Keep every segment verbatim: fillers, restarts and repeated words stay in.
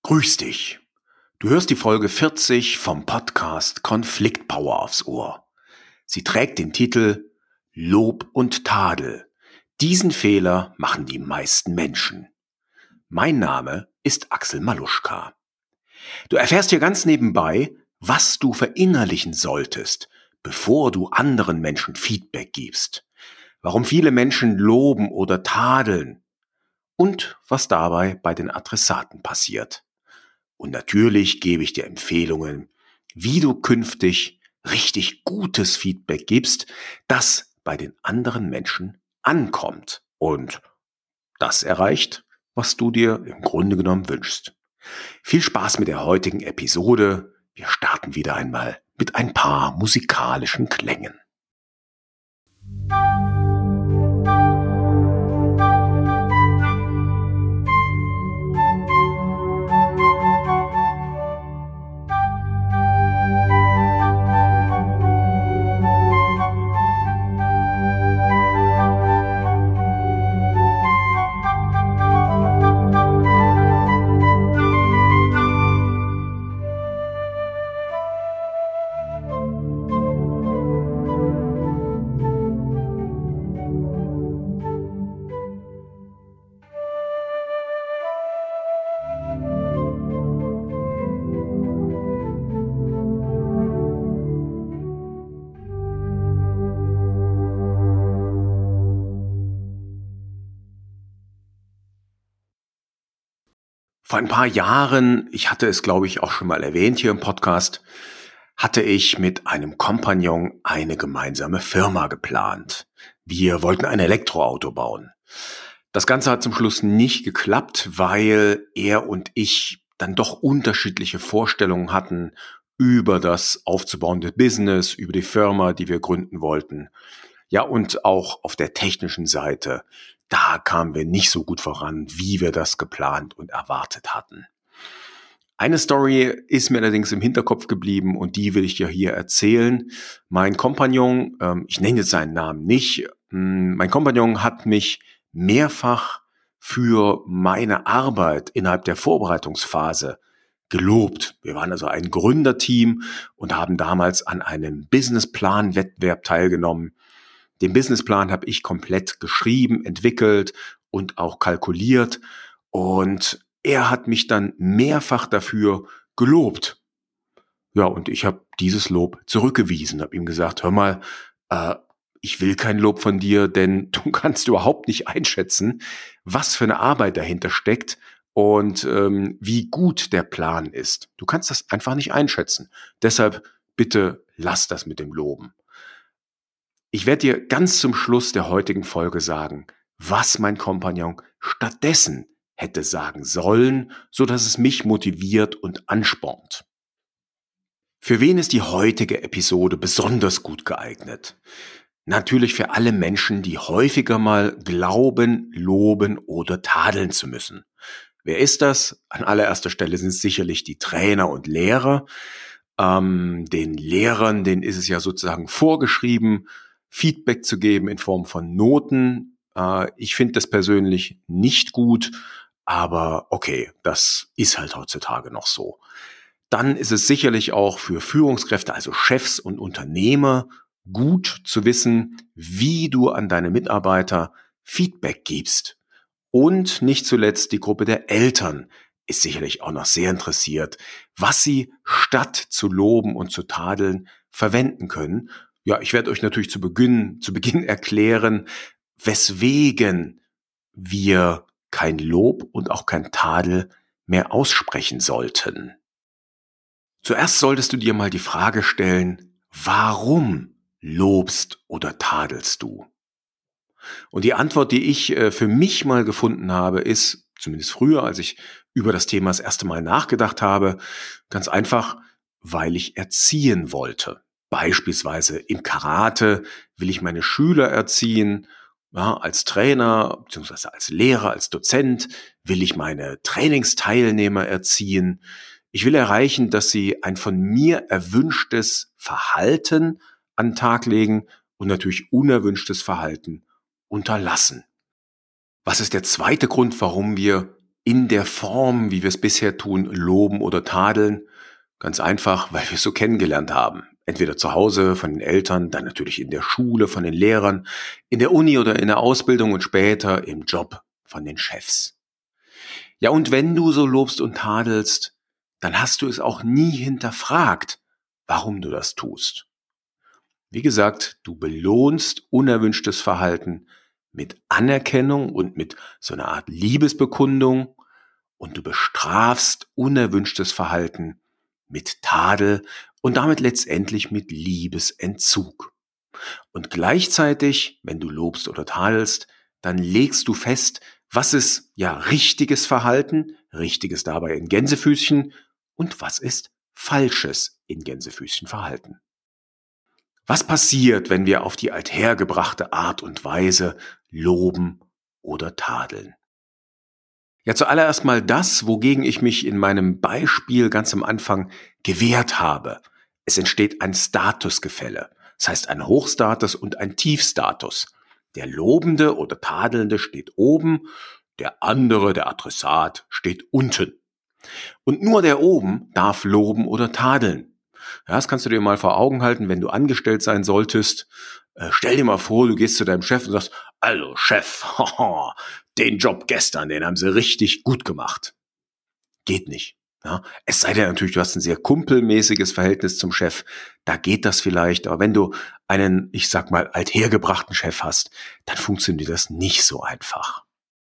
Grüß dich. Du hörst die Folge vierzig vom Podcast Konfliktpower aufs Ohr. Sie trägt den Titel Lob und Tadel. Diesen Fehler machen die meisten Menschen. Mein Name ist Axel Maluschka. Du erfährst hier ganz nebenbei, was du verinnerlichen solltest, bevor du anderen Menschen Feedback gibst. Warum viele Menschen loben oder tadeln und was dabei bei den Adressaten passiert. Und natürlich gebe ich dir Empfehlungen, wie du künftig richtig gutes Feedback gibst, das bei den anderen Menschen ankommt und das erreicht, was du dir im Grunde genommen wünschst. Viel Spaß mit der heutigen Episode. Wir starten wieder einmal mit ein paar musikalischen Klängen. Vor ein paar Jahren, ich hatte es glaube ich auch schon mal erwähnt hier im Podcast, hatte ich mit einem Kompagnon eine gemeinsame Firma geplant. Wir wollten ein Elektroauto bauen. Das Ganze hat zum Schluss nicht geklappt, weil er und ich dann doch unterschiedliche Vorstellungen hatten über das aufzubauende Business, über die Firma, die wir gründen wollten. Ja, und auch auf der technischen Seite. Da kamen wir nicht so gut voran, wie wir das geplant und erwartet hatten. Eine Story ist mir allerdings im Hinterkopf geblieben und die will ich dir hier erzählen. Mein Kompagnon, ähm, ich nenne jetzt seinen Namen nicht, ähm, mein Kompagnon hat mich mehrfach für meine Arbeit innerhalb der Vorbereitungsphase gelobt. Wir waren also ein Gründerteam und haben damals an einem Businessplan-Wettbewerb teilgenommen. Den Businessplan habe ich komplett geschrieben, entwickelt und auch kalkuliert. Und er hat mich dann mehrfach dafür gelobt. Ja, und ich habe dieses Lob zurückgewiesen, habe ihm gesagt, hör mal, äh, ich will kein Lob von dir, denn du kannst überhaupt nicht einschätzen, was für eine Arbeit dahinter steckt und ähm, wie gut der Plan ist. Du kannst das einfach nicht einschätzen. Deshalb bitte lass das mit dem Loben. Ich werde dir ganz zum Schluss der heutigen Folge sagen, was mein Kompagnon stattdessen hätte sagen sollen, so dass es mich motiviert und anspornt. Für wen ist die heutige Episode besonders gut geeignet? Natürlich für alle Menschen, die häufiger mal glauben, loben oder tadeln zu müssen. Wer ist das? An allererster Stelle sind es sicherlich die Trainer und Lehrer. Ähm, den Lehrern, denen ist es ja sozusagen vorgeschrieben, Feedback zu geben in Form von Noten. Äh, ich finde das persönlich nicht gut, aber okay, das ist halt heutzutage noch so. Dann ist es sicherlich auch für Führungskräfte, also Chefs und Unternehmer, gut zu wissen, wie du an deine Mitarbeiter Feedback gibst. Und nicht zuletzt die Gruppe der Eltern ist sicherlich auch noch sehr interessiert, was sie statt zu loben und zu tadeln verwenden können. Ja, ich werde euch natürlich zu Beginn, zu Beginn erklären, weswegen wir kein Lob und auch kein Tadel mehr aussprechen sollten. Zuerst solltest du dir mal die Frage stellen, warum lobst oder tadelst du? Und die Antwort, die ich äh, für mich mal gefunden habe, ist, zumindest früher, als ich über das Thema das erste Mal nachgedacht habe, ganz einfach, weil ich erziehen wollte. Beispielsweise im Karate will ich meine Schüler erziehen, ja, als Trainer bzw. als Lehrer, als Dozent will ich meine Trainingsteilnehmer erziehen. Ich will erreichen, dass sie ein von mir erwünschtes Verhalten an den Tag legen und natürlich unerwünschtes Verhalten unterlassen. Was ist der zweite Grund, warum wir in der Form, wie wir es bisher tun, loben oder tadeln? Ganz einfach, weil wir es so kennengelernt haben. Entweder zu Hause von den Eltern, dann natürlich in der Schule von den Lehrern, in der Uni oder in der Ausbildung und später im Job von den Chefs. Ja, und wenn du so lobst und tadelst, dann hast du es auch nie hinterfragt, warum du das tust. Wie gesagt, du belohnst unerwünschtes Verhalten mit Anerkennung und mit so einer Art Liebesbekundung und du bestrafst unerwünschtes Verhalten mit Tadel und damit letztendlich mit Liebesentzug. Und gleichzeitig, wenn du lobst oder tadelst, dann legst du fest, was ist ja richtiges Verhalten, richtiges dabei in Gänsefüßchen und was ist falsches in Gänsefüßchen Verhalten. Was passiert, wenn wir auf die althergebrachte Art und Weise loben oder tadeln? Ja, zuallererst mal das, wogegen ich mich in meinem Beispiel ganz am Anfang gewehrt habe. Es entsteht ein Statusgefälle. Das heißt ein Hochstatus und ein Tiefstatus. Der Lobende oder Tadelnde steht oben, der andere, der Adressat, steht unten. Und nur der oben darf loben oder tadeln. Ja, das kannst du dir mal vor Augen halten, wenn du angestellt sein solltest. Äh, stell dir mal vor, du gehst zu deinem Chef und sagst, also Chef, haha, den Job gestern, den haben sie richtig gut gemacht. Geht nicht. Ja, es sei denn natürlich, du hast ein sehr kumpelmäßiges Verhältnis zum Chef. Da geht das vielleicht. Aber wenn du einen, ich sag mal, althergebrachten Chef hast, dann funktioniert das nicht so einfach.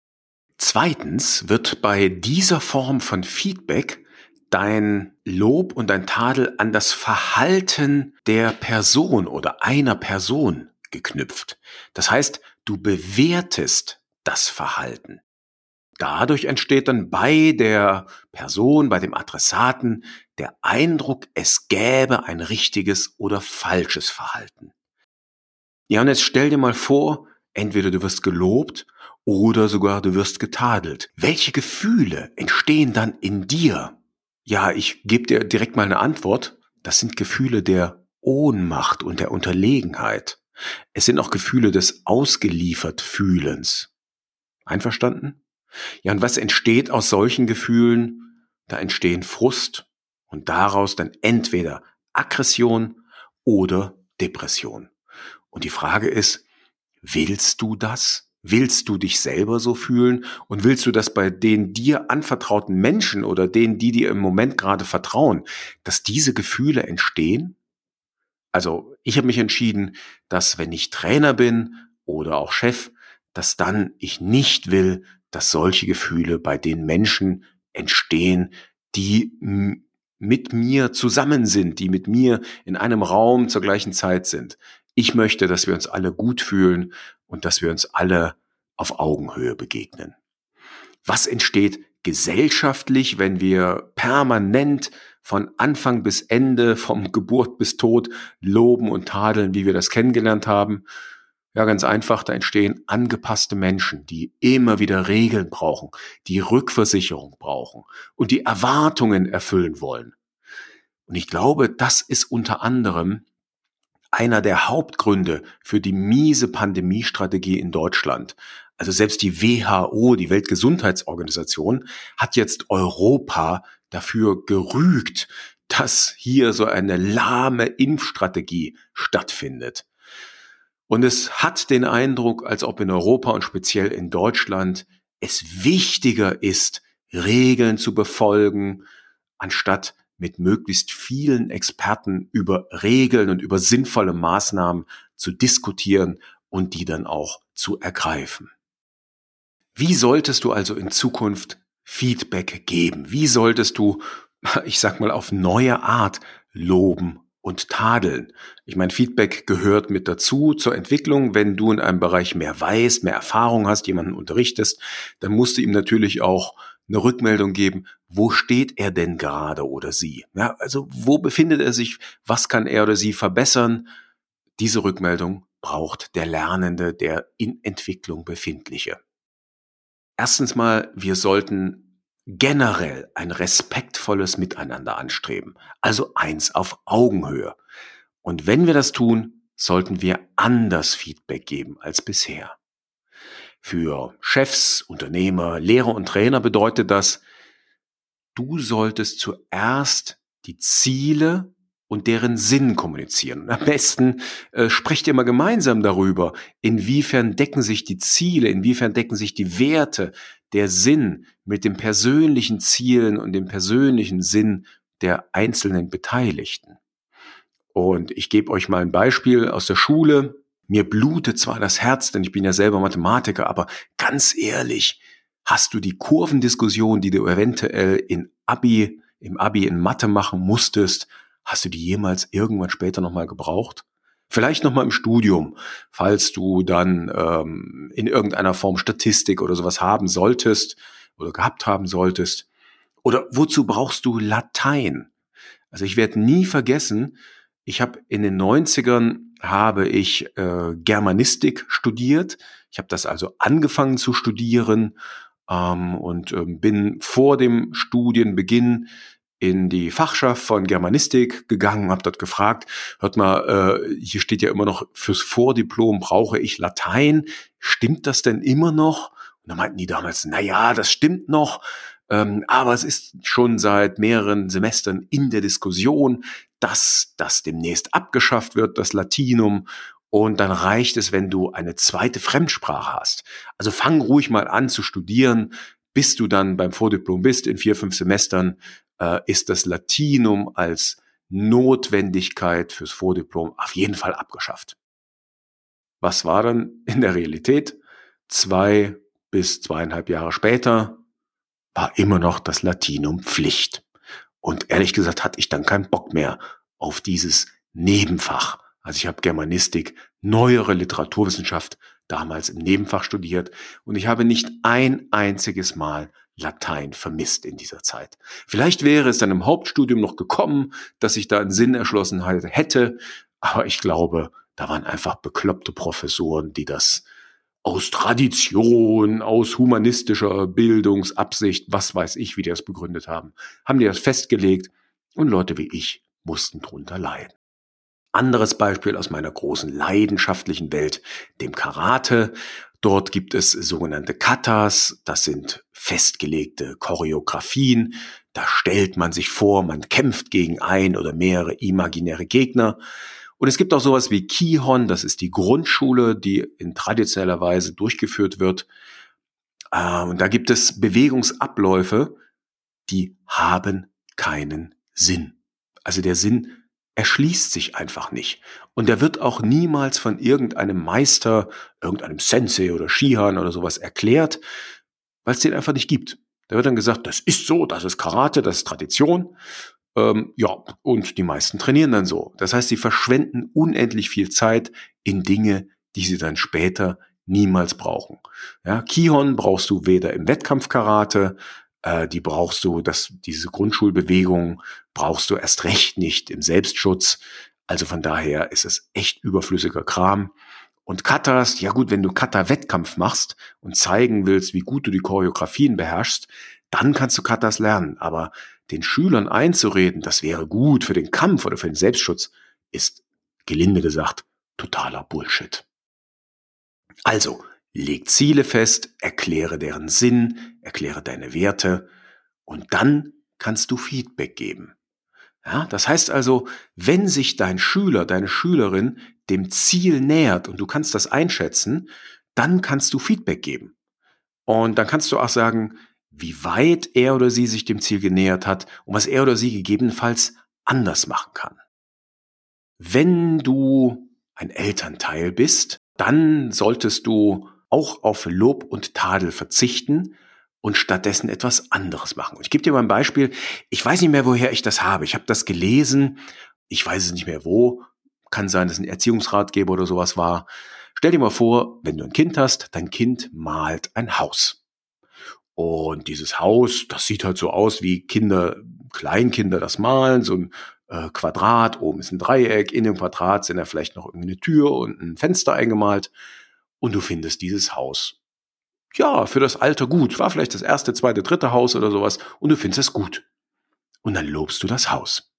Zweitens wird bei dieser Form von Feedback dein Lob und dein Tadel an das Verhalten der Person oder einer Person geknüpft. Das heißt, du bewertest das Verhalten. Dadurch entsteht dann bei der Person, bei dem Adressaten der Eindruck, es gäbe ein richtiges oder falsches Verhalten. Ja, und jetzt stell dir mal vor, entweder du wirst gelobt oder sogar du wirst getadelt. Welche Gefühle entstehen dann in dir? Ja, ich gebe dir direkt mal eine Antwort. Das sind Gefühle der Ohnmacht und der Unterlegenheit. Es sind auch Gefühle des Ausgeliefert-Fühlens. Einverstanden? Ja, und was entsteht aus solchen Gefühlen? Da entstehen Frust und daraus dann entweder Aggression oder Depression. Und die Frage ist, willst du das? Willst du dich selber so fühlen? Und willst du das bei den dir anvertrauten Menschen oder denen, die dir im Moment gerade vertrauen, dass diese Gefühle entstehen? Also ich habe mich entschieden, dass wenn ich Trainer bin oder auch Chef, dass dann ich nicht will, dass solche Gefühle bei den Menschen entstehen, die m- mit mir zusammen sind, die mit mir in einem Raum zur gleichen Zeit sind. Ich möchte, dass wir uns alle gut fühlen und dass wir uns alle auf Augenhöhe begegnen. Was entsteht gesellschaftlich, wenn wir permanent von Anfang bis Ende, vom Geburt bis Tod loben und tadeln, wie wir das kennengelernt haben? Ja, ganz einfach, da entstehen angepasste Menschen, die immer wieder Regeln brauchen, die Rückversicherung brauchen und die Erwartungen erfüllen wollen. Und ich glaube, das ist unter anderem einer der Hauptgründe für die miese Pandemiestrategie in Deutschland. Also selbst die W H O, die Weltgesundheitsorganisation, hat jetzt Europa dafür gerügt, dass hier so eine lahme Impfstrategie stattfindet. Und es hat den Eindruck, als ob in Europa und speziell in Deutschland es wichtiger ist, Regeln zu befolgen, anstatt mit möglichst vielen Experten über Regeln und über sinnvolle Maßnahmen zu diskutieren und die dann auch zu ergreifen. Wie solltest du also in Zukunft Feedback geben? Wie solltest du, ich sag mal, auf neue Art loben und tadeln? Ich meine, Feedback gehört mit dazu zur Entwicklung. Wenn du in einem Bereich mehr weißt, mehr Erfahrung hast, jemanden unterrichtest, dann musst du ihm natürlich auch eine Rückmeldung geben, wo steht er denn gerade oder sie? Ja, also wo befindet er sich? Was kann er oder sie verbessern? Diese Rückmeldung braucht der Lernende, der in Entwicklung befindliche. Erstens mal, wir sollten generell ein respektvolles Miteinander anstreben, also eins auf Augenhöhe. Und wenn wir das tun, sollten wir anders Feedback geben als bisher. Für Chefs, Unternehmer, Lehrer und Trainer bedeutet das, du solltest zuerst die Ziele und deren Sinn kommunizieren. Und am besten äh, sprecht ihr mal gemeinsam darüber, inwiefern decken sich die Ziele, inwiefern decken sich die Werte, der Sinn mit den persönlichen Zielen und dem persönlichen Sinn der einzelnen Beteiligten. Und ich gebe euch mal ein Beispiel aus der Schule. Mir blutet zwar das Herz, denn ich bin ja selber Mathematiker, aber ganz ehrlich, hast du die Kurvendiskussion, die du eventuell in Abi, im Abi in Mathe machen musstest, hast du die jemals irgendwann später nochmal gebraucht? Vielleicht nochmal im Studium, falls du dann ähm, in irgendeiner Form Statistik oder sowas haben solltest oder gehabt haben solltest. Oder wozu brauchst du Latein? Also ich werde nie vergessen, ich habe in den neunzigern habe ich äh, Germanistik studiert. Ich habe das also angefangen zu studieren ähm, und ähm, bin vor dem Studienbeginn in die Fachschaft von Germanistik gegangen, habe dort gefragt, hört mal, äh, hier steht ja immer noch, fürs Vordiplom brauche ich Latein. Stimmt das denn immer noch? Und da meinten die damals, na ja, das stimmt noch. Ähm, aber es ist schon seit mehreren Semestern in der Diskussion, dass das demnächst abgeschafft wird, das Latinum. Und dann reicht es, wenn du eine zweite Fremdsprache hast. Also fang ruhig mal an zu studieren, bis du dann beim Vordiplom bist. In vier, fünf Semestern äh, ist das Latinum als Notwendigkeit fürs Vordiplom auf jeden Fall abgeschafft. Was war dann in der Realität? Zwei bis zweieinhalb Jahre später war immer noch das Latinum Pflicht. Und ehrlich gesagt hatte ich dann keinen Bock mehr auf dieses Nebenfach. Also ich habe Germanistik, neuere Literaturwissenschaft damals im Nebenfach studiert und ich habe nicht ein einziges Mal Latein vermisst in dieser Zeit. Vielleicht wäre es dann im Hauptstudium noch gekommen, dass ich da einen Sinn erschlossen hätte, aber ich glaube, da waren einfach bekloppte Professoren, die das aus Tradition, aus humanistischer Bildungsabsicht, was weiß ich, wie die das begründet haben, haben die das festgelegt und Leute wie ich mussten drunter leiden. Anderes Beispiel aus meiner großen leidenschaftlichen Welt, dem Karate. Dort gibt es sogenannte Katas, das sind festgelegte Choreografien. Da stellt man sich vor, man kämpft gegen ein oder mehrere imaginäre Gegner. Und es gibt auch sowas wie Kihon, das ist die Grundschule, die in traditioneller Weise durchgeführt wird. Und da gibt es Bewegungsabläufe, die haben keinen Sinn. Also der Sinn erschließt sich einfach nicht. Und der wird auch niemals von irgendeinem Meister, irgendeinem Sensei oder Shihan oder sowas erklärt, weil es den einfach nicht gibt. Da wird dann gesagt, das ist so, das ist Karate, das ist Tradition. Ähm, ja, und die meisten trainieren dann so. Das heißt, sie verschwenden unendlich viel Zeit in Dinge, die sie dann später niemals brauchen. Ja, Kihon brauchst du weder im Wettkampfkarate, äh, die brauchst du, das, diese Grundschulbewegung brauchst du erst recht nicht im Selbstschutz. Also von daher ist es echt überflüssiger Kram. Und Katas, ja gut, wenn du Kata-Wettkampf machst und zeigen willst, wie gut du die Choreografien beherrschst, dann kannst du Katas lernen. Aber den Schülern einzureden, das wäre gut für den Kampf oder für den Selbstschutz, ist, gelinde gesagt, totaler Bullshit. Also, leg Ziele fest, erkläre deren Sinn, erkläre deine Werte und dann kannst du Feedback geben. Ja, das heißt also, wenn sich dein Schüler, deine Schülerin dem Ziel nähert und du kannst das einschätzen, dann kannst du Feedback geben. Und dann kannst du auch sagen, wie weit er oder sie sich dem Ziel genähert hat und was er oder sie gegebenenfalls anders machen kann. Wenn du ein Elternteil bist, dann solltest du auch auf Lob und Tadel verzichten und stattdessen etwas anderes machen. Und ich gebe dir mal ein Beispiel. Ich weiß nicht mehr, woher ich das habe. Ich habe das gelesen. Ich weiß es nicht mehr wo. Kann sein, dass es ein Erziehungsratgeber oder sowas war. Stell dir mal vor, wenn du ein Kind hast, dein Kind malt ein Haus. Und dieses Haus, das sieht halt so aus, wie Kinder, Kleinkinder das malen, so ein äh, Quadrat, oben ist ein Dreieck, in dem Quadrat sind da vielleicht noch irgendwie eine Tür und ein Fenster eingemalt. Und du findest dieses Haus, ja, für das Alter gut. War vielleicht das erste, zweite, dritte Haus oder sowas. Und du findest es gut. Und dann lobst du das Haus.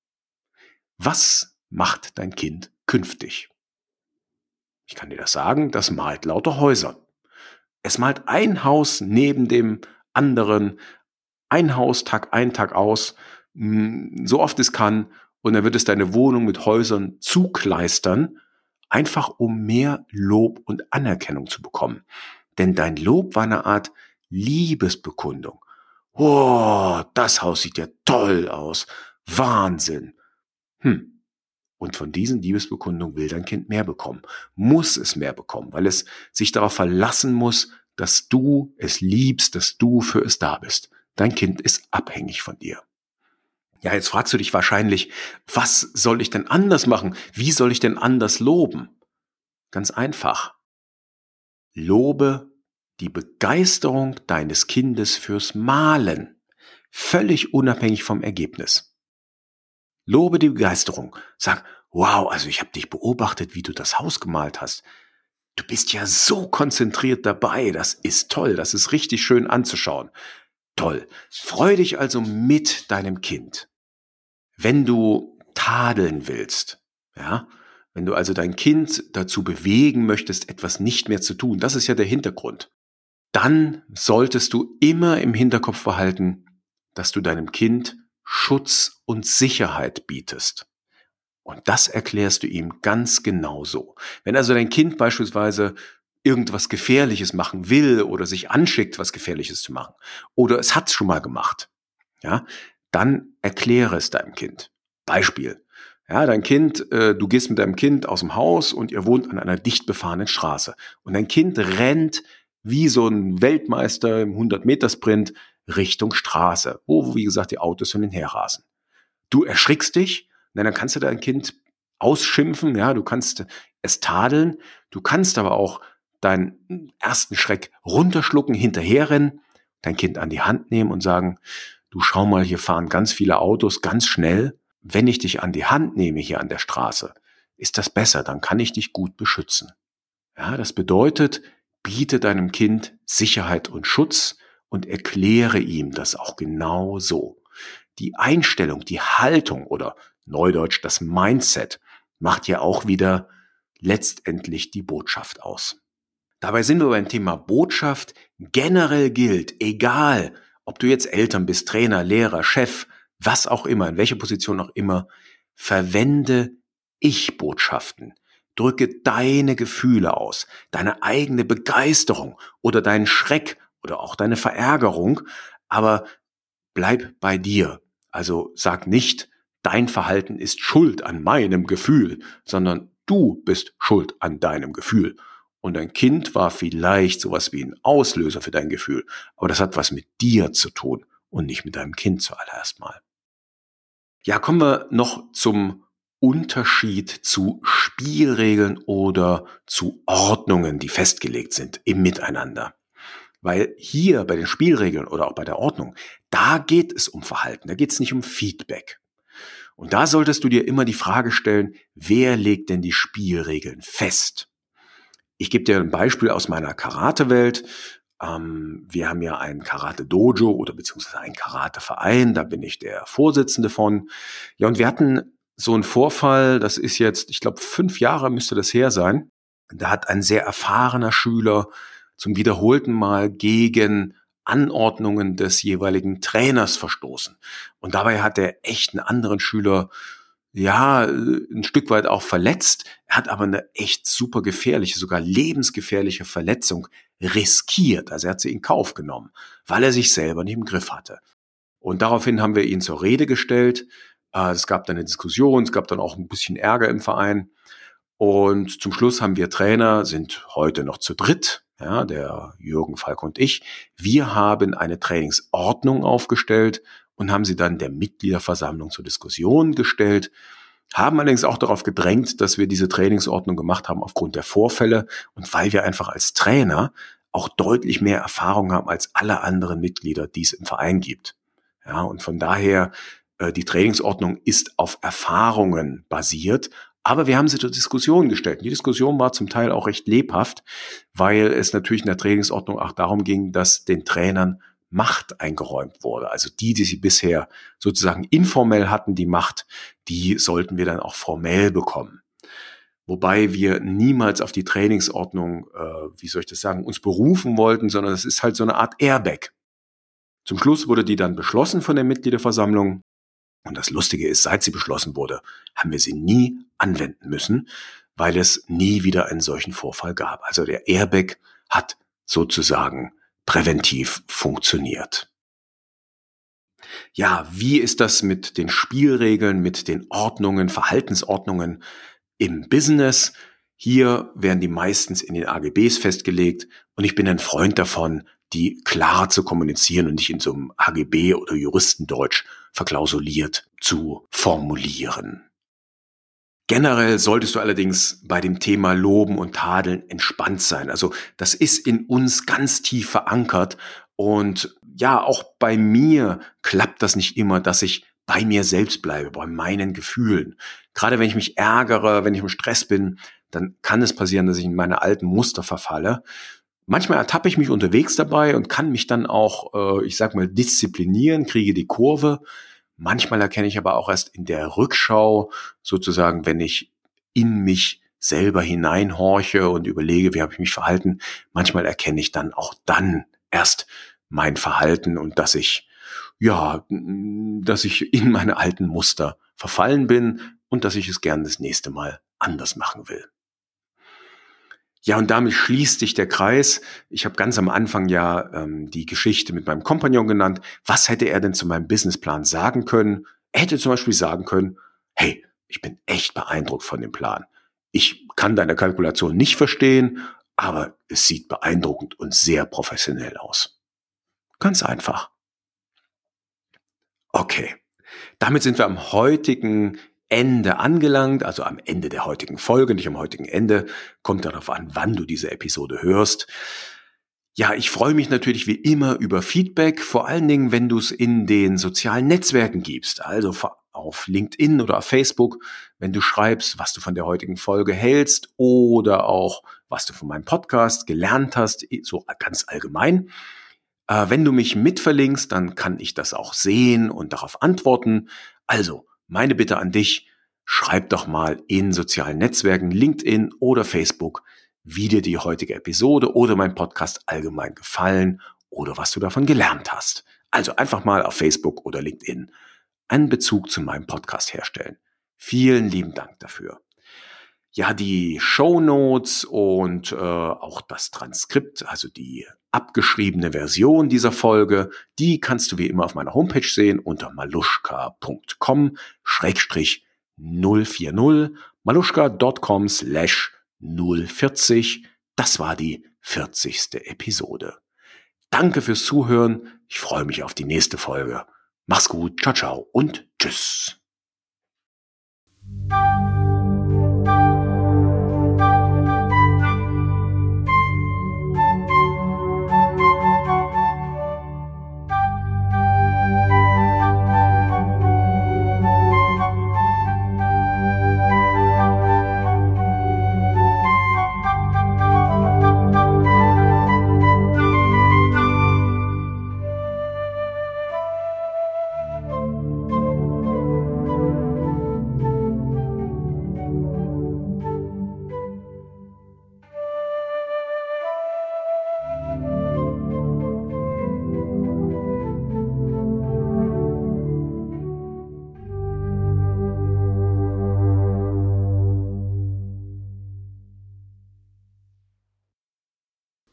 Was macht dein Kind künftig? Ich kann dir das sagen, das malt lauter Häuser. Es malt ein Haus neben dem anderen, ein Haus Tag ein, Tag aus, mh, so oft es kann, und dann wird es deine Wohnung mit Häusern zukleistern, einfach um mehr Lob und Anerkennung zu bekommen. Denn dein Lob war eine Art Liebesbekundung. Oh, das Haus sieht ja toll aus. Wahnsinn. Hm. Und von diesen Liebesbekundungen will dein Kind mehr bekommen, muss es mehr bekommen, weil es sich darauf verlassen muss, dass du es liebst, dass du für es da bist. Dein Kind ist abhängig von dir. Ja, jetzt fragst du dich wahrscheinlich, was soll ich denn anders machen? Wie soll ich denn anders loben? Ganz einfach. Lobe die Begeisterung deines Kindes fürs Malen, völlig unabhängig vom Ergebnis. Lobe die Begeisterung. Sag, wow, also ich habe dich beobachtet, wie du das Haus gemalt hast. Du bist ja so konzentriert dabei. Das ist toll. Das ist richtig schön anzuschauen. Toll. Freu dich also mit deinem Kind. Wenn du tadeln willst, ja, wenn du also dein Kind dazu bewegen möchtest, etwas nicht mehr zu tun, das ist ja der Hintergrund, dann solltest du immer im Hinterkopf behalten, dass du deinem Kind Schutz und Sicherheit bietest. Und das erklärst du ihm ganz genau so. Wenn also dein Kind beispielsweise irgendwas Gefährliches machen will oder sich anschickt, was Gefährliches zu machen, oder es hat es schon mal gemacht, ja, dann erkläre es deinem Kind. Beispiel. Ja, dein Kind, äh, du gehst mit deinem Kind aus dem Haus und ihr wohnt an einer dicht befahrenen Straße. Und dein Kind rennt wie so ein Weltmeister im hundert-Meter-Sprint Richtung Straße, wo, wie gesagt, die Autos hin und her rasen. Du erschrickst dich, na, dann kannst du dein Kind ausschimpfen, ja, du kannst es tadeln, du kannst aber auch deinen ersten Schreck runterschlucken, hinterherrennen, dein Kind an die Hand nehmen und sagen, du schau mal, hier fahren ganz viele Autos ganz schnell. Wenn ich dich an die Hand nehme hier an der Straße, ist das besser, dann kann ich dich gut beschützen. Ja, das bedeutet, biete deinem Kind Sicherheit und Schutz und erkläre ihm das auch genau so. Die Einstellung, die Haltung oder neudeutsch das Mindset macht ja auch wieder letztendlich die Botschaft aus. Dabei sind wir beim Thema Botschaft. Generell gilt, egal ob du jetzt Eltern bist, Trainer, Lehrer, Chef, was auch immer, in welcher Position auch immer, verwende Ich-Botschaften. Drücke deine Gefühle aus, deine eigene Begeisterung oder deinen Schreck oder auch deine Verärgerung, aber bleib bei dir. Also sag nicht, dein Verhalten ist schuld an meinem Gefühl, sondern du bist schuld an deinem Gefühl. Und dein Kind war vielleicht sowas wie ein Auslöser für dein Gefühl, aber das hat was mit dir zu tun und nicht mit deinem Kind zuallererst mal. Ja, kommen wir noch zum Unterschied zu Spielregeln oder zu Ordnungen, die festgelegt sind im Miteinander. Weil hier bei den Spielregeln oder auch bei der Ordnung, da geht es um Verhalten, da geht es nicht um Feedback. Und da solltest du dir immer die Frage stellen, wer legt denn die Spielregeln fest? Ich gebe dir ein Beispiel aus meiner Karate-Welt. Ähm, wir haben ja ein Karate-Dojo oder beziehungsweise einen Karate-Verein, da bin ich der Vorsitzende von. Ja, und wir hatten so einen Vorfall, das ist jetzt, ich glaube, fünf Jahre müsste das her sein. Da hat ein sehr erfahrener Schüler zum wiederholten Mal gegen Anordnungen des jeweiligen Trainers verstoßen. Und dabei hat er echt einen anderen Schüler, ja, ein Stück weit auch verletzt. Er hat aber eine echt super gefährliche, sogar lebensgefährliche Verletzung riskiert. Also er hat sie in Kauf genommen, weil er sich selber nicht im Griff hatte. Und daraufhin haben wir ihn zur Rede gestellt. Es gab dann eine Diskussion, es gab dann auch ein bisschen Ärger im Verein. Und zum Schluss haben wir Trainer, sind heute noch zu dritt, ja, der Jürgen, Falk und ich. Wir haben eine Trainingsordnung aufgestellt und haben sie dann der Mitgliederversammlung zur Diskussion gestellt, haben allerdings auch darauf gedrängt, dass wir diese Trainingsordnung gemacht haben aufgrund der Vorfälle und weil wir einfach als Trainer auch deutlich mehr Erfahrung haben als alle anderen Mitglieder, die es im Verein gibt. Ja, und von daher, äh, die Trainingsordnung ist auf Erfahrungen basiert, aber wir haben sie zur Diskussion gestellt. Die Diskussion war zum Teil auch recht lebhaft, weil es natürlich in der Trainingsordnung auch darum ging, dass den Trainern Macht eingeräumt wurde. Also die, die sie bisher sozusagen informell hatten, die Macht, die sollten wir dann auch formell bekommen. wobei wir niemals auf die Trainingsordnung, äh, wie soll ich das sagen, uns berufen wollten, sondern es ist halt so eine Art Airbag. Zum Schluss wurde die dann beschlossen von der Mitgliederversammlung. Und das Lustige ist, seit sie beschlossen wurde, haben wir sie nie anwenden müssen, weil es nie wieder einen solchen Vorfall gab. Also der Airbag hat sozusagen präventiv funktioniert. Ja, wie ist das mit den Spielregeln, mit den Ordnungen, Verhaltensordnungen im Business? Hier werden die meistens in den A G Bs festgelegt und ich bin ein Freund davon, die klar zu kommunizieren und nicht in so einem A G B oder Juristendeutsch verklausuliert zu formulieren. Generell solltest du allerdings bei dem Thema Loben und Tadeln entspannt sein. Also das ist in uns ganz tief verankert und ja, auch bei mir klappt das nicht immer, dass ich bei mir selbst bleibe, bei meinen Gefühlen. Gerade wenn ich mich ärgere, wenn ich im Stress bin, dann kann es passieren, dass ich in meine alten Muster verfalle. Manchmal ertappe ich mich unterwegs dabei und kann mich dann auch, äh, ich sag mal, disziplinieren, kriege die Kurve. Manchmal erkenne ich aber auch erst in der Rückschau, sozusagen, wenn ich in mich selber hineinhorche und überlege, wie habe ich mich verhalten. Manchmal erkenne ich dann auch dann erst mein Verhalten und dass ich, ja, dass ich in meine alten Muster verfallen bin und dass ich es gern das nächste Mal anders machen will. Ja, und damit schließt sich der Kreis. Ich habe ganz am Anfang ja ähm, die Geschichte mit meinem Kompagnon genannt. Was hätte er denn zu meinem Businessplan sagen können? Er hätte zum Beispiel sagen können, hey, ich bin echt beeindruckt von dem Plan. Ich kann deine Kalkulation nicht verstehen, aber es sieht beeindruckend und sehr professionell aus. Ganz einfach. Okay, damit sind wir am heutigen Ende angelangt, also am Ende der heutigen Folge, nicht am heutigen Ende. Kommt darauf an, wann du diese Episode hörst. Ja, ich freue mich natürlich wie immer über Feedback, vor allen Dingen, wenn du es in den sozialen Netzwerken gibst, also auf LinkedIn oder auf Facebook, wenn du schreibst, was du von der heutigen Folge hältst oder auch, was du von meinem Podcast gelernt hast, so ganz allgemein. Äh, wenn du mich mitverlinkst, dann kann ich das auch sehen und darauf antworten. Also, meine Bitte an dich, schreib doch mal in sozialen Netzwerken, LinkedIn oder Facebook, wie dir die heutige Episode oder mein Podcast allgemein gefallen oder was du davon gelernt hast. Also einfach mal auf Facebook oder LinkedIn einen Bezug zu meinem Podcast herstellen. Vielen lieben Dank dafür. Ja, die Shownotes und äh, auch das Transkript, also die abgeschriebene Version dieser Folge, die kannst du wie immer auf meiner Homepage sehen unter maluschka punkt com schrägstrich null vier null, maluschka punkt com slash null vierzig. Das war die vierzigste Episode. Danke fürs Zuhören. Ich freue mich auf die nächste Folge. Mach's gut, ciao, ciao und tschüss.